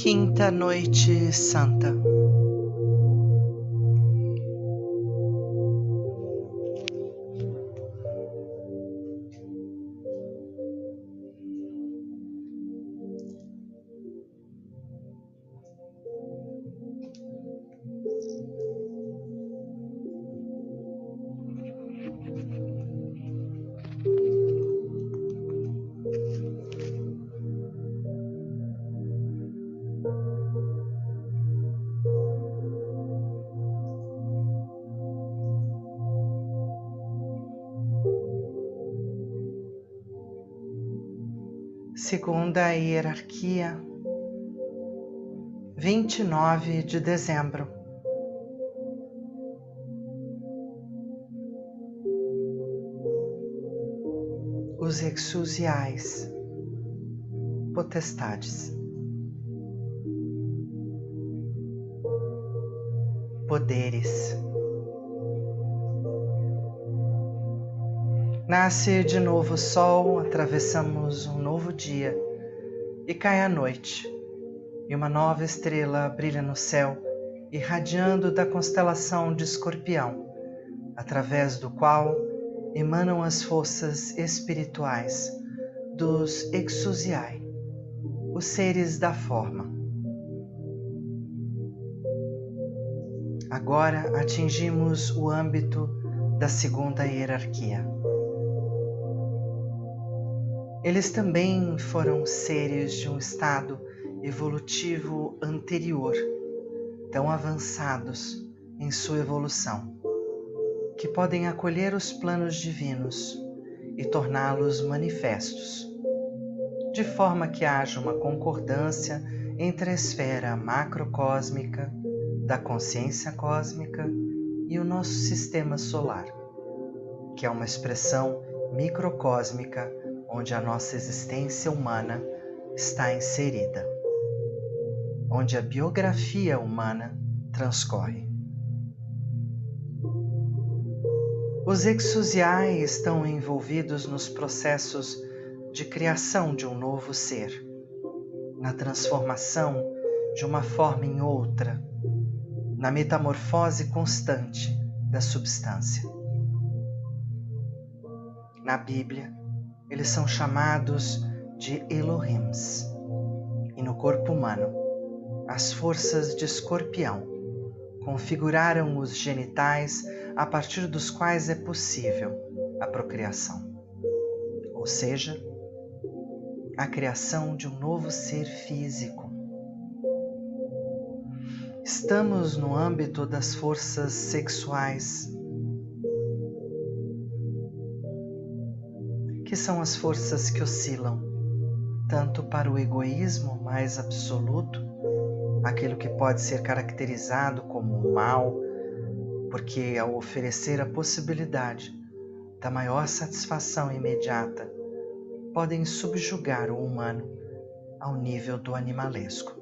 Quinta Noite Santa. Segunda Hierarquia, 29 de dezembro. Os exousiais, potestades, poderes. Nasce de novo o sol, atravessamos um novo dia e cai a noite, e uma nova estrela brilha no céu, irradiando da constelação de Escorpião, através do qual emanam as forças espirituais dos exousiai, os seres da forma. Agora atingimos o âmbito da segunda hierarquia. Eles também foram seres de um estado evolutivo anterior, tão avançados em sua evolução, que podem acolher os planos divinos e torná-los manifestos, de forma que haja uma concordância entre a esfera macrocósmica, da consciência cósmica e o nosso sistema solar, que é uma expressão microcósmica onde a nossa existência humana está inserida, onde a biografia humana transcorre. Os exousiai estão envolvidos nos processos de criação de um novo ser, na transformação de uma forma em outra, na metamorfose constante da substância. Na Bíblia, eles são chamados de Elohims, e no corpo humano, as forças de Escorpião configuraram os genitais a partir dos quais é possível a procriação, ou seja, a criação de um novo ser físico. Estamos no âmbito das forças sexuais, que são as forças que oscilam tanto para o egoísmo mais absoluto, aquilo que pode ser caracterizado como o mal, porque ao oferecer a possibilidade da maior satisfação imediata, podem subjugar o humano ao nível do animalesco.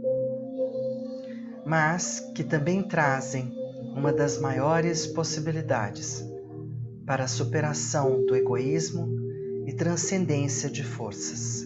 Mas que também trazem uma das maiores possibilidades para a superação do egoísmo e transcendência de forças.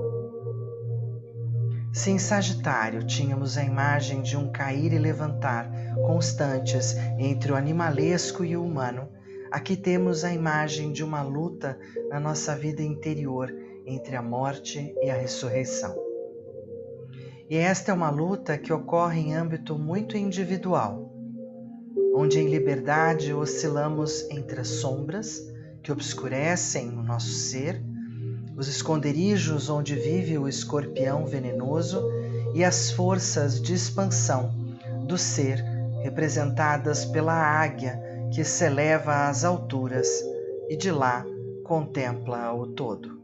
Se em Sagitário tínhamos a imagem de um cair e levantar constantes entre o animalesco e o humano, aqui temos a imagem de uma luta na nossa vida interior entre a morte e a ressurreição. E esta é uma luta que ocorre em âmbito muito individual, onde em liberdade oscilamos entre as sombras que obscurecem o nosso ser, os esconderijos onde vive o escorpião venenoso e as forças de expansão do ser representadas pela águia que se eleva às alturas e de lá contempla o todo.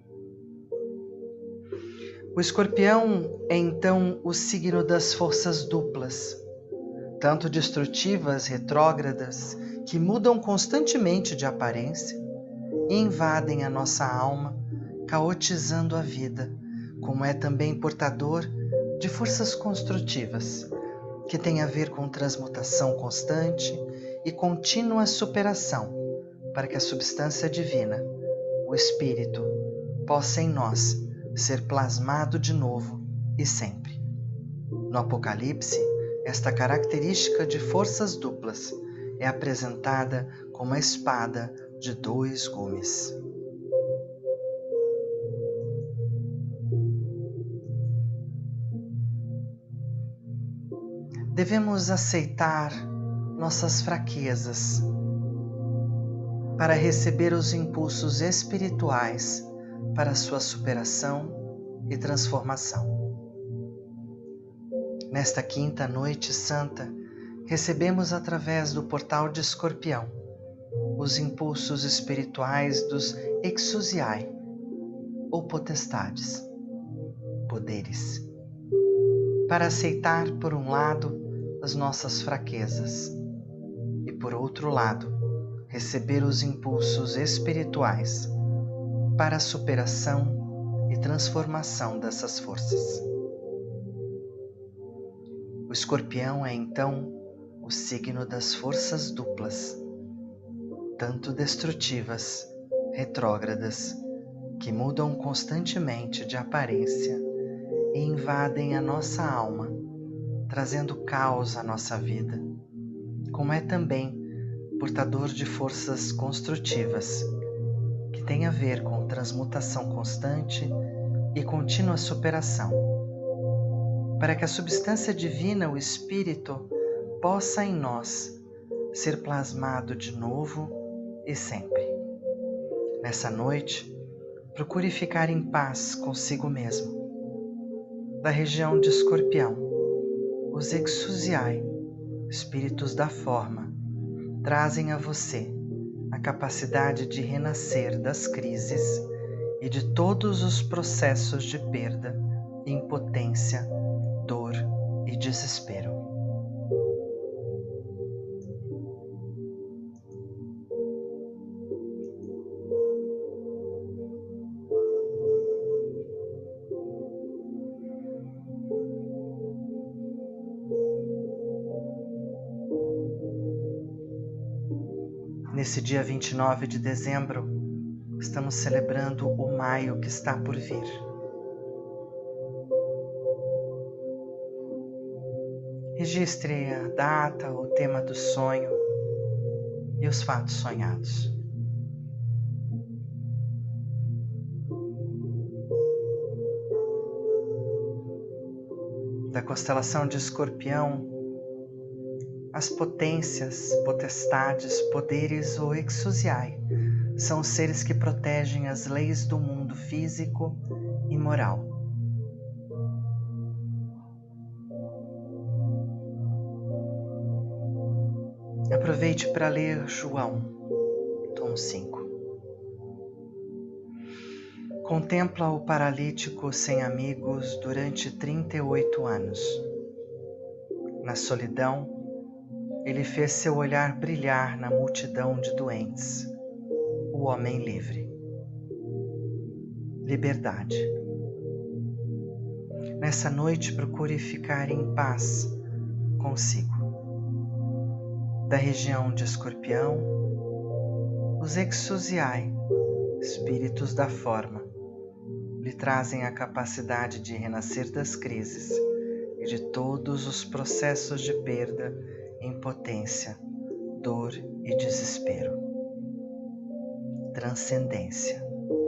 O escorpião é então o signo das forças duplas, tanto destrutivas, retrógradas, que mudam constantemente de aparência e invadem a nossa alma, caotizando a vida, como é também portador de forças construtivas, que têm a ver com transmutação constante e contínua superação, para que a substância divina, o Espírito, possa em nós ser plasmado de novo e sempre. No Apocalipse, esta característica de forças duplas é apresentada como uma espada de 2 gumes. Devemos aceitar nossas fraquezas para receber os impulsos espirituais para sua superação e transformação. Nesta quinta noite santa, recebemos através do portal de Escorpião os impulsos espirituais dos exousiai, ou potestades, poderes, para aceitar, por um lado, as nossas fraquezas e, por outro lado, receber os impulsos espirituais para a superação e transformação dessas forças. O Escorpião é, então, o signo das forças duplas, tanto destrutivas, retrógradas, que mudam constantemente de aparência e invadem a nossa alma, trazendo caos à nossa vida, como é também portador de forças construtivas, que tem a ver com transmutação constante e contínua superação, para que a substância divina, o Espírito, possa em nós ser plasmado de novo e sempre. Nessa noite, procure ficar em paz consigo mesmo. Da região de Escorpião, os exousiai, espíritos da forma, trazem a você a capacidade de renascer das crises e de todos os processos de perda, impotência, dor e desespero. Nesse dia 29 de dezembro, estamos celebrando o maio que está por vir. Registre a data, o tema do sonho e os fatos sonhados. Da constelação de Escorpião, as potências, potestades, poderes ou exousiai são os seres que protegem as leis do mundo físico e moral. Aproveite para ler João, tom 5. Contempla o paralítico sem amigos durante 38 anos. Na solidão, ele fez seu olhar brilhar na multidão de doentes. O homem livre. Liberdade. Nessa noite, procure ficar em paz consigo. Da região de Escorpião, os exousiai, espíritos da forma, lhe trazem a capacidade de renascer das crises e de todos os processos de perda, impotência, dor e desespero. Transcendência.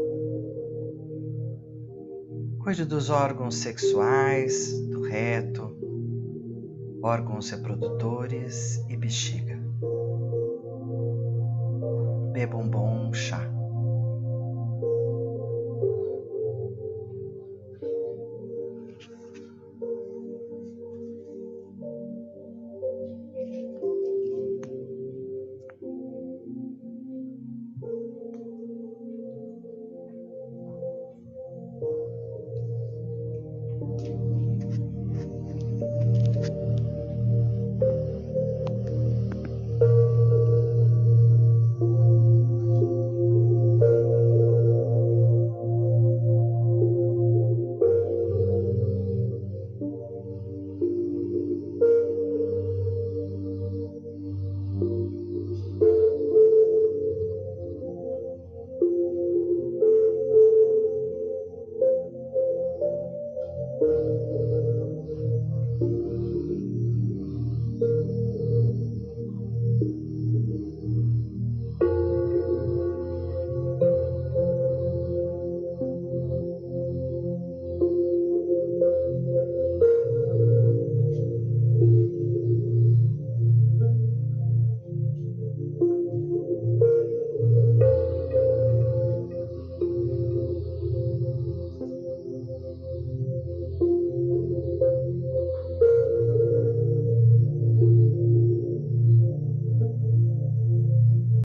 Cuide dos órgãos sexuais, do reto, órgãos reprodutores e bexiga. Beba um bom chá.